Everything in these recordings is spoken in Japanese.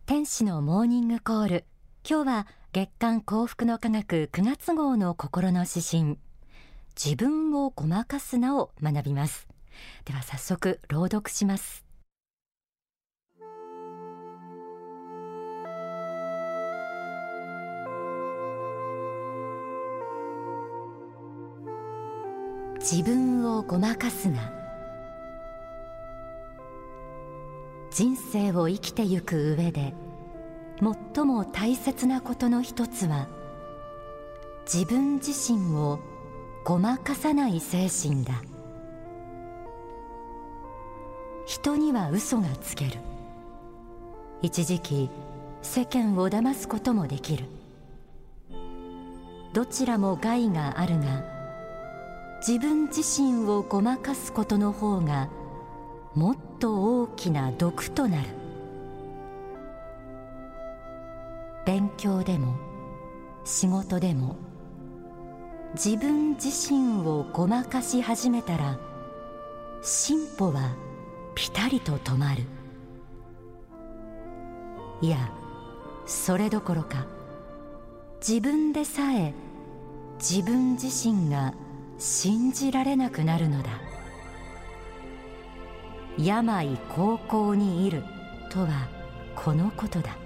天使のモーニングコール。今日は月刊幸福の科学9月号の心の指針、自分をごまかすなを学びます。では早速朗読します。自分をごまかすな。人生を生きてゆく上で最も大切なことの一つは、自分自身をごまかさない精神だ。人には嘘がつける。一時期世間を騙すこともできる。どちらも害があるが、自分自身をごまかすことの方がもっと大きな毒となる。勉強でも仕事でも自分自身をごまかし始めたら、進歩はピタリと止まる。いや、それどころか自分でさえ自分自身が信じられなくなるのだ。病高校にいるとはこのことだ。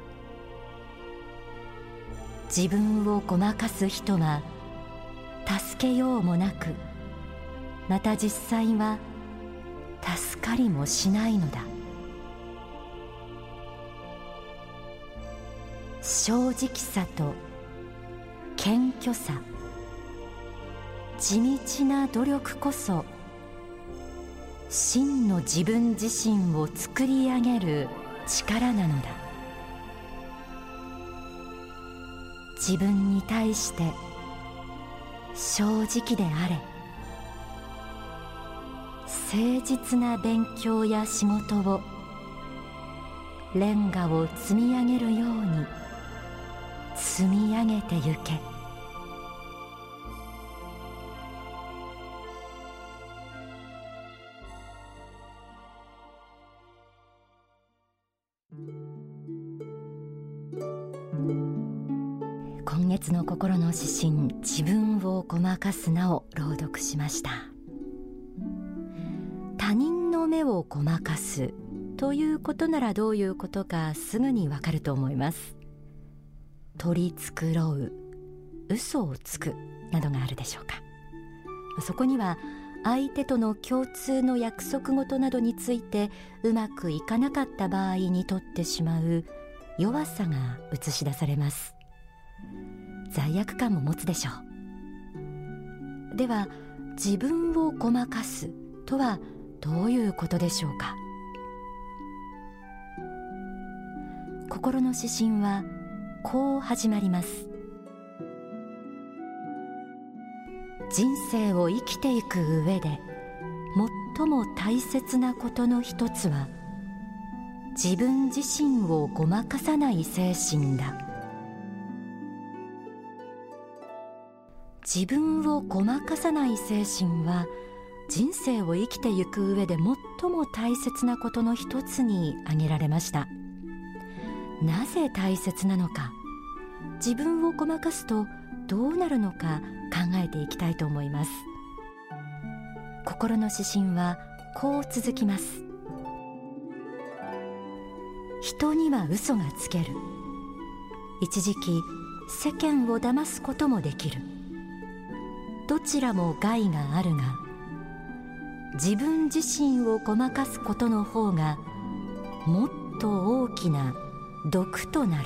自分をごまかす人は助けようもなく、また実際は助かりもしないのだ。正直さと謙虚さ、地道な努力こそ真の自分自身を作り上げる力なのだ。自分に対して正直であれ。誠実な勉強や仕事をレンガを積み上げるように積み上げてゆけ。今月の心の指針、自分をごまかすなを朗読しました。他人の目をごまかすということならどういうことかすぐにわかると思います。取り繕う、嘘をつくなどがあるでしょうか。そこには相手との共通の約束事などについてうまくいかなかった場合にとってしまう弱さが映し出されます。罪悪感も持つでしょう。では、自分をごまかすとはどういうことでしょうか。心の指針はこう始まります。人生を生きていく上で最も大切なことの一つは、自分自身をごまかさない精神だ。自分をごまかさない精神は、人生を生きてゆく上で最も大切なことの一つに挙げられました。なぜ大切なのか、自分をごまかすとどうなるのか考えていきたいと思います。心の指針はこう続きます。人には嘘がつける。一時期世間を騙すこともできる。どちらも害があるが、自分自身をごまかすことの方がもっと大きな毒となる。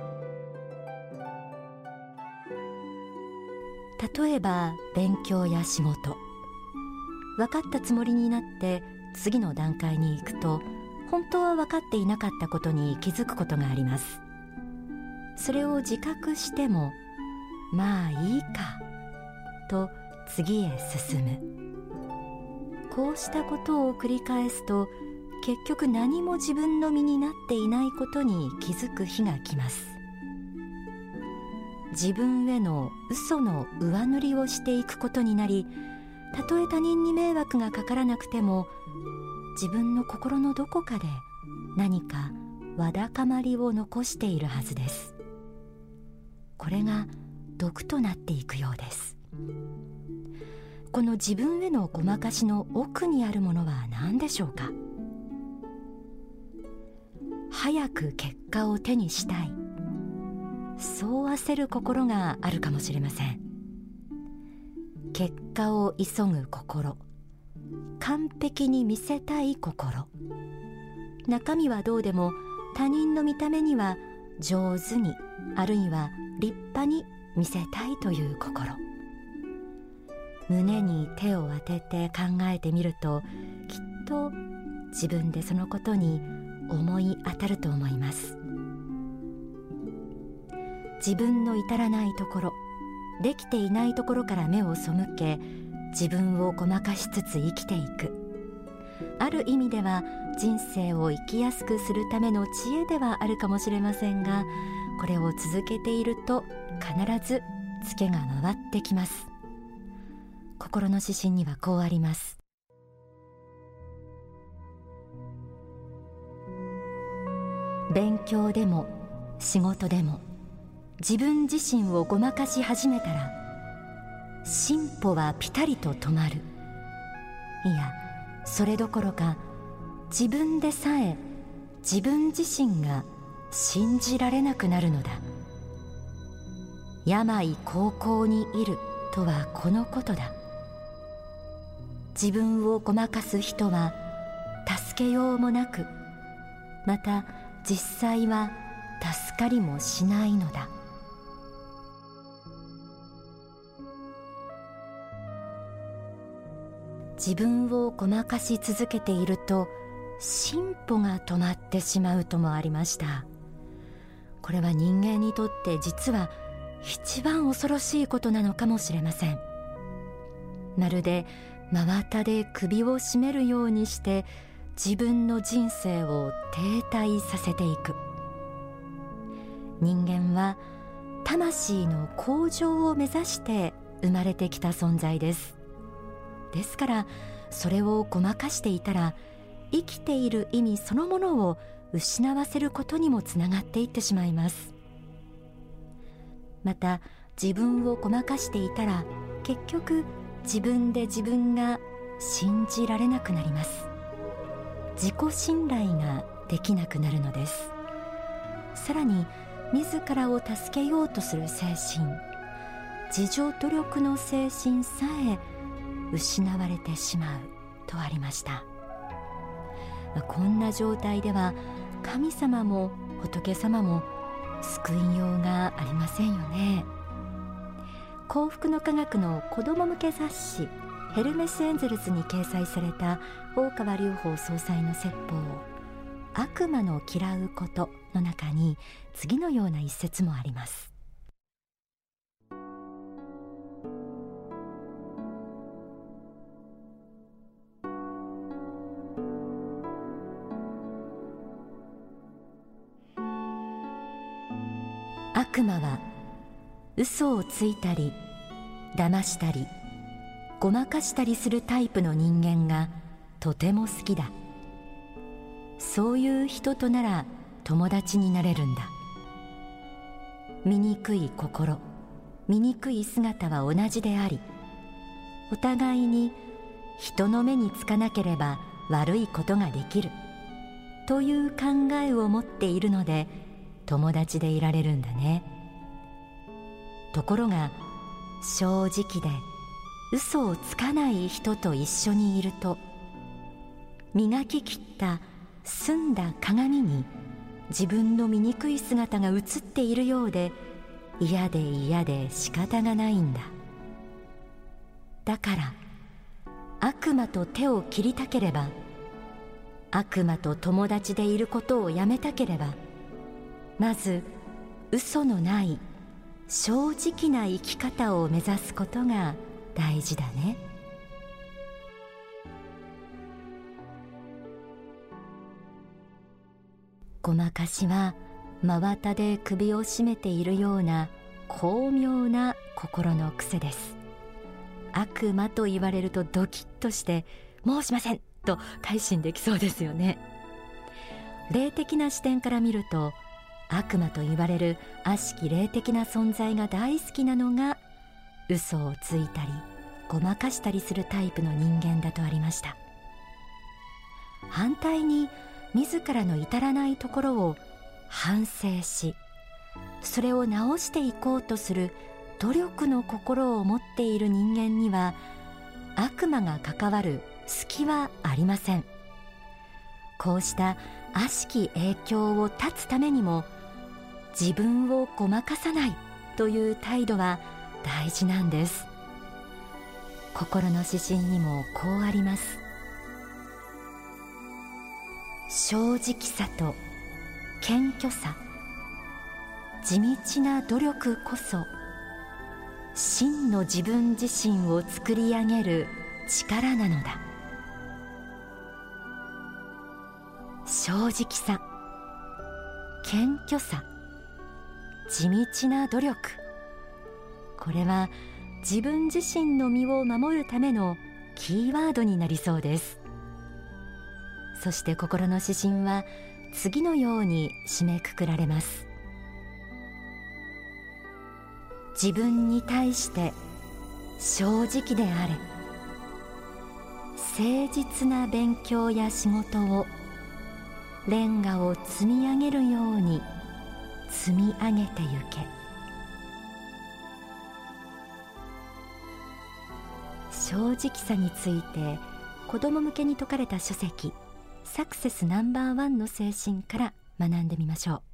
例えば勉強や仕事、分かったつもりになって次の段階に行くと、本当は分かっていなかったことに気づくことがあります。それを自覚しても、まあいいかと次へ進む。こうしたことを繰り返すと、結局何も自分の身になっていないことに気づく日が来ます。自分への嘘の上塗りをしていくことになり、たとえ他人に迷惑がかからなくても、自分の心のどこかで何かわだかまりを残しているはずです。これが毒となっていくようです。この自分へのごまかしの奥にあるものは何でしょうか。早く結果を手にしたい、そう焦る心があるかもしれません。結果を急ぐ心、完璧に見せたい心、中身はどうでも他人の見た目には上手に、あるいは立派に見せたいという心。胸に手を当てて考えてみると、きっと自分でそのことに思い当たると思います。自分の至らないところ、できていないところから目を背け、自分をごまかしつつ生きていく。ある意味では人生を生きやすくするための知恵ではあるかもしれませんが、これを続けていると必ずツケが回ってきます。心の指針にはこうあります。勉強でも仕事でも自分自身をごまかし始めたら、進歩はピタリと止まる。いや、それどころか自分でさえ自分自身が信じられなくなるのだ。病高校にいるとはこのことだ。自分をごまかす人は助けようもなく、また実際は助かりもしないのだ。自分をごまかし続けていると進歩が止まってしまうともありました。これは人間にとって実は一番恐ろしいことなのかもしれません。まるで真綿で首を絞めるようにして自分の人生を停滞させていく。人間は魂の向上を目指して生まれてきた存在です。ですからそれをごまかしていたら、生きている意味そのものを失わせることにもつながっていってしまいます。また自分をごまかしていたら、結局自分で自分が信じられなくなります。自己信頼ができなくなるのです。さらに自らを助けようとする精神、自助努力の精神さえ失われてしまうとありました。こんな状態では神様も仏様も救いようがありませんよね。幸福の科学の子ども向け雑誌ヘルメスエンゼルスに掲載された大川隆法総裁の説法、悪魔の嫌うことの中に次のような一節もあります。悪魔は嘘をついたり騙したりごまかしたりするタイプの人間がとても好きだ。そういう人となら友達になれるんだ。醜い心、醜い姿は同じであり、お互いに人の目につかなければ悪いことができるという考えを持っているので友達でいられるんだね。ところが正直で嘘をつかない人と一緒にいると、磨ききった澄んだ鏡に自分の醜い姿が映っているようで嫌で嫌で仕方がないんだ。だから悪魔と手を切りたければ、悪魔と友達でいることをやめたければ、まず嘘のない正直な生き方を目指すことが大事だね。ごまかしは真綿で首を絞めているような巧妙な心の癖です。悪魔と言われるとドキッとして、申しませんと改心できそうですよね。 霊的な視点から見ると、悪魔と言われる悪しき霊的な存在が大好きなのが、嘘をついたりごまかしたりするタイプの人間だとありました。反対に自らの至らないところを反省し、それを直していこうとする努力の心を持っている人間には、悪魔が関わる隙はありません。こうした悪しき影響を断つためにも、自分をごまかさないという態度は大事なんです。心の指針にもこうあります。正直さと謙虚さ、地道な努力こそ真の自分自身を作り上げる力なのだ。正直さ、謙虚さ、地道な努力、これは自分自身の身を守るためのキーワードになりそうです。そして心の指針は次のように締めくくられます。自分に対して正直であれ。誠実な勉強や仕事をレンガを積み上げるように積み上げてゆけ。正直さについて子ども向けに説かれた書籍、サクセスNo.1の精神から学んでみましょう。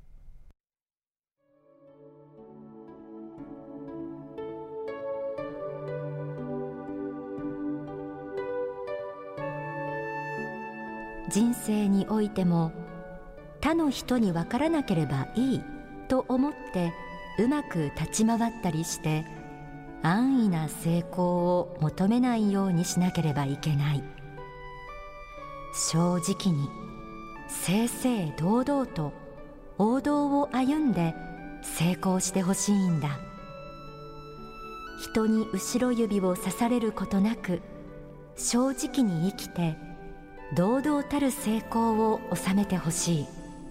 人生においても、他の人に分からなければいいと思ってうまく立ち回ったりして、安易な成功を求めないようにしなければいけない。正直に正々堂々と王道を歩んで成功してほしいんだ。人に後ろ指を刺されることなく、正直に生きて堂々たる成功を収めてほしい。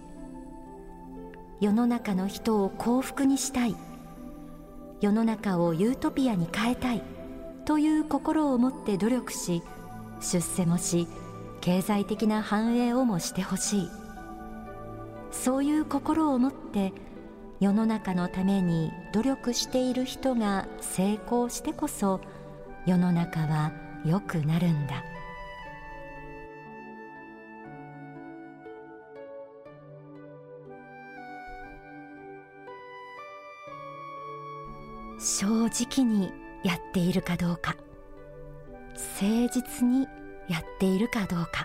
世の中の人を幸福にしたい、世の中をユートピアに変えたいという心を持って努力し、出世もし、経済的な繁栄をもしてほしい。そういう心を持って世の中のために努力している人が成功してこそ、世の中は良くなるんだ。正直にやっているかどうか、誠実にやっているかどうか、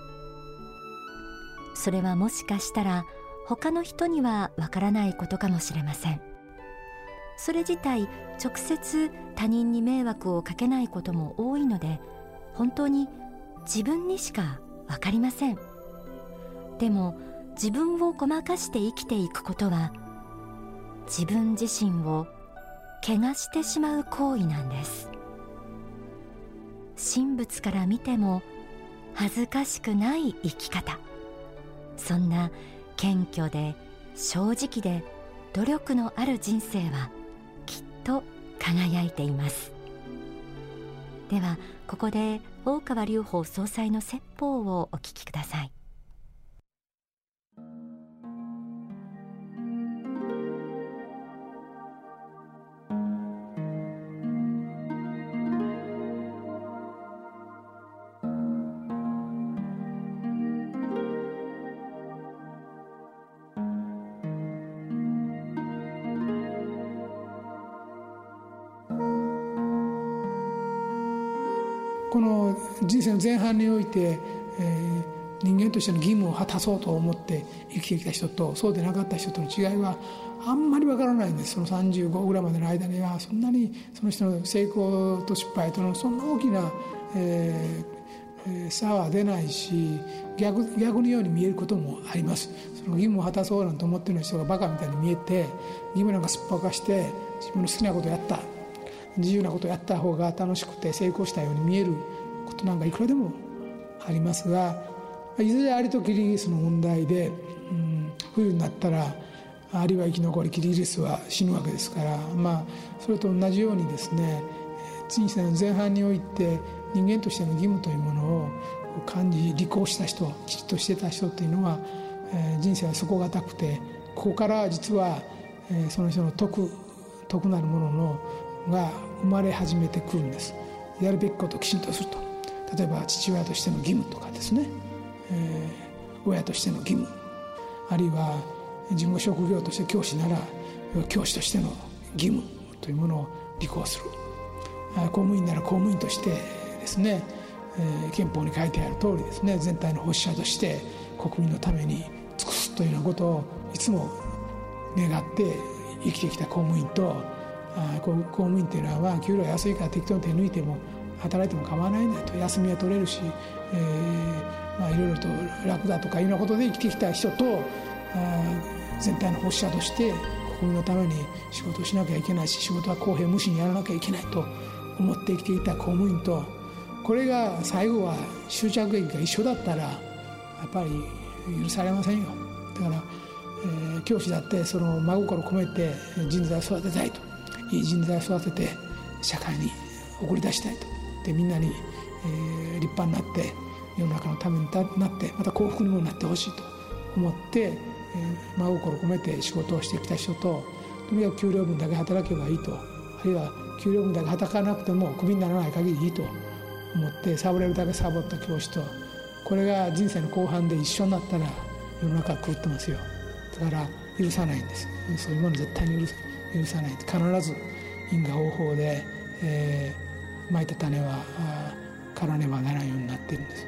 それはもしかしたら他の人にはわからないことかもしれません。それ自体直接他人に迷惑をかけないことも多いので、本当に自分にしかわかりません。でも自分をごまかして生きていくことは、自分自身を怪我してしまう行為なんです。神仏から見ても恥ずかしくない生き方、そんな謙虚で正直で努力のある人生はきっと輝いています。ではここで大川隆法総裁の説法をお聞きください。 この人生の前半において、人間としての義務を果たそうと思って生きてきた人とそうでなかった人との違いはあんまりわからないんです。その35ぐらいまでの間にはそんなにその人の成功と失敗とのそんな大きな、差は出ないし、逆のように見えることもあります。その義務を果たそうなんて思ってる人がバカみたいに見えて、義務なんかすっぱかして自分の好きなことをやった、自由なことをやった方が楽しくて成功したように見えることなんかいくらでもありますが、 いずれアリとキリギリスの問題で、冬になったらアリは生き残りキリギリスは死ぬわけですから、それと同じようにですね、人生の前半において人間としての義務というものを感じ履行した人、きちっとしてた人というのは、人生は底堅くて、ここから実は、その人の徳なるものが生まれ始めてくるんです。やるべきことをきちんとすると、例えば父親としての義務とかですね、親としての義務、あるいは自分が職業として教師なら教師としての義務というものを履行する。公務員なら公務員としてですね、憲法に書いてある通りですね、全体の奉仕者として国民のために尽くすというようなことをいつも願って生きてきた公務員と、公務員というのは給料安いから適当に手抜いても働いても構わないんだと、休みは取れるし、いろいろと楽だとかいうようなことで生きてきた人と、全体の奉仕者として国民のために仕事をしなきゃいけないし、仕事は公平無私にやらなきゃいけないと思って生きてきた公務員と、これが最後は終着駅が一緒だったらやっぱり許されませんよ。だから、教師だってその真心込めて人材を育てたいと、いい人材を育てて社会に送り出したいと、でみんなに、立派になって世の中のためになって、また幸福にもなってほしいと思って、真心込めて仕事をしてきた人と、とにかく給料分だけ働けばいいと、あるいは給料分だけ働かなくてもクビにならない限りいいと思ってサボれるだけサボった教師と、これが人生の後半で一緒になったら世の中は狂ってますよ。だから許さないんです。そういうもの絶対に許さない。必ず因果応報で、蒔いた種は刈らねばならんようになっているんです。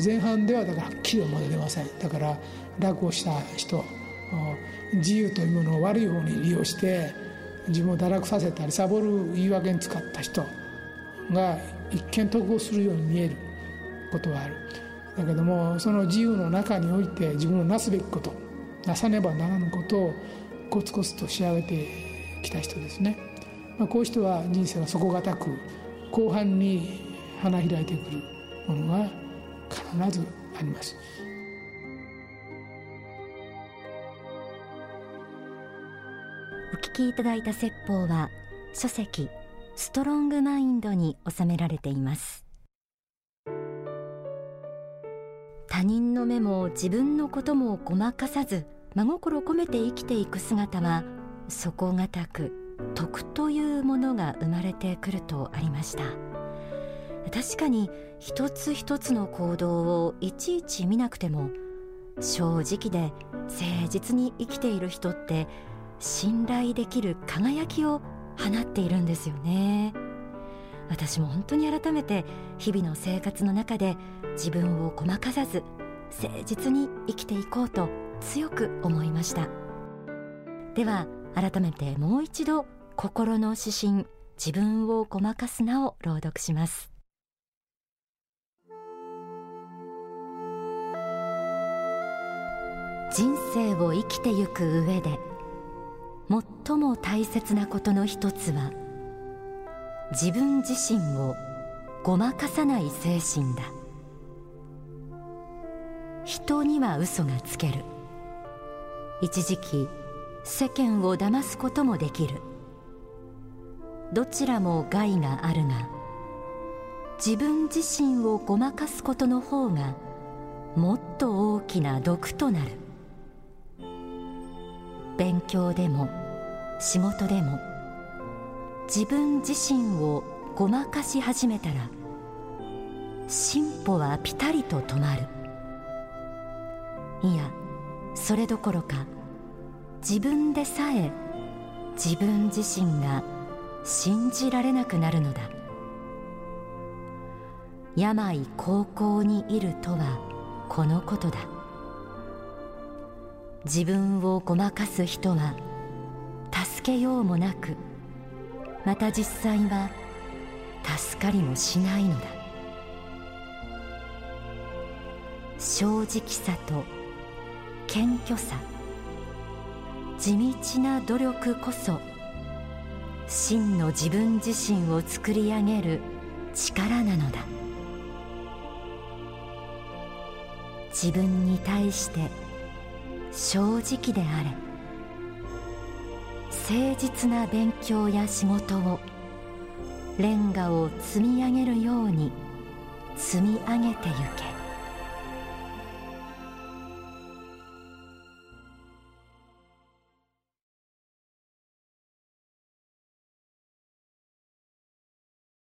前半ではだからはっきりはまだ出ません。だから楽をした人、自由というものを悪い方に利用して自分を堕落させたりサボる言い訳に使った人が一見得をするように見えることはある。だけどもその自由の中において自分のなすべきこと、なさねばならぬことをコツコツと仕上げてきた人ですね。こういう人は人生は底堅く後半に花開いてくるものが必ずあります。 お聞きいただいた説法は書籍ストロングマインドに収められています。他人の目も自分のこともごまかさず真心込めて生きていく姿は底堅く徳というものが生まれてくるとありました。確かに一つ一つの行動をいちいち見なくても正直で誠実に生きている人って信頼できる輝きを放っているんですよね。私も本当に改めて日々の生活の中で自分をごまかさず誠実に生きていこうと強く思いました。では改めてもう一度心の指針、自分をごまかすなを朗読します。人生を生きてゆく上で最も大切なことの一つは自分自身をごまかさない精神だ。人には嘘がつける。一時期世間を騙すこともできる。どちらも害があるが自分自身をごまかすことの方がもっと大きな毒となる。勉強でも仕事でも自分自身をごまかし始めたら進歩はピタリと止まる。いやそれどころか自分でさえ自分自身が信じられなくなるのだ。病高校にいるとはこのことだ。自分をごまかす人は助けようもなく、また実際は助かりもしないのだ。正直さと謙虚さ、地道な努力こそ真の自分自身を作り上げる力なのだ。 自分に対して正直であれ。誠実な勉強や仕事をレンガを積み上げるように積み上げてゆけ。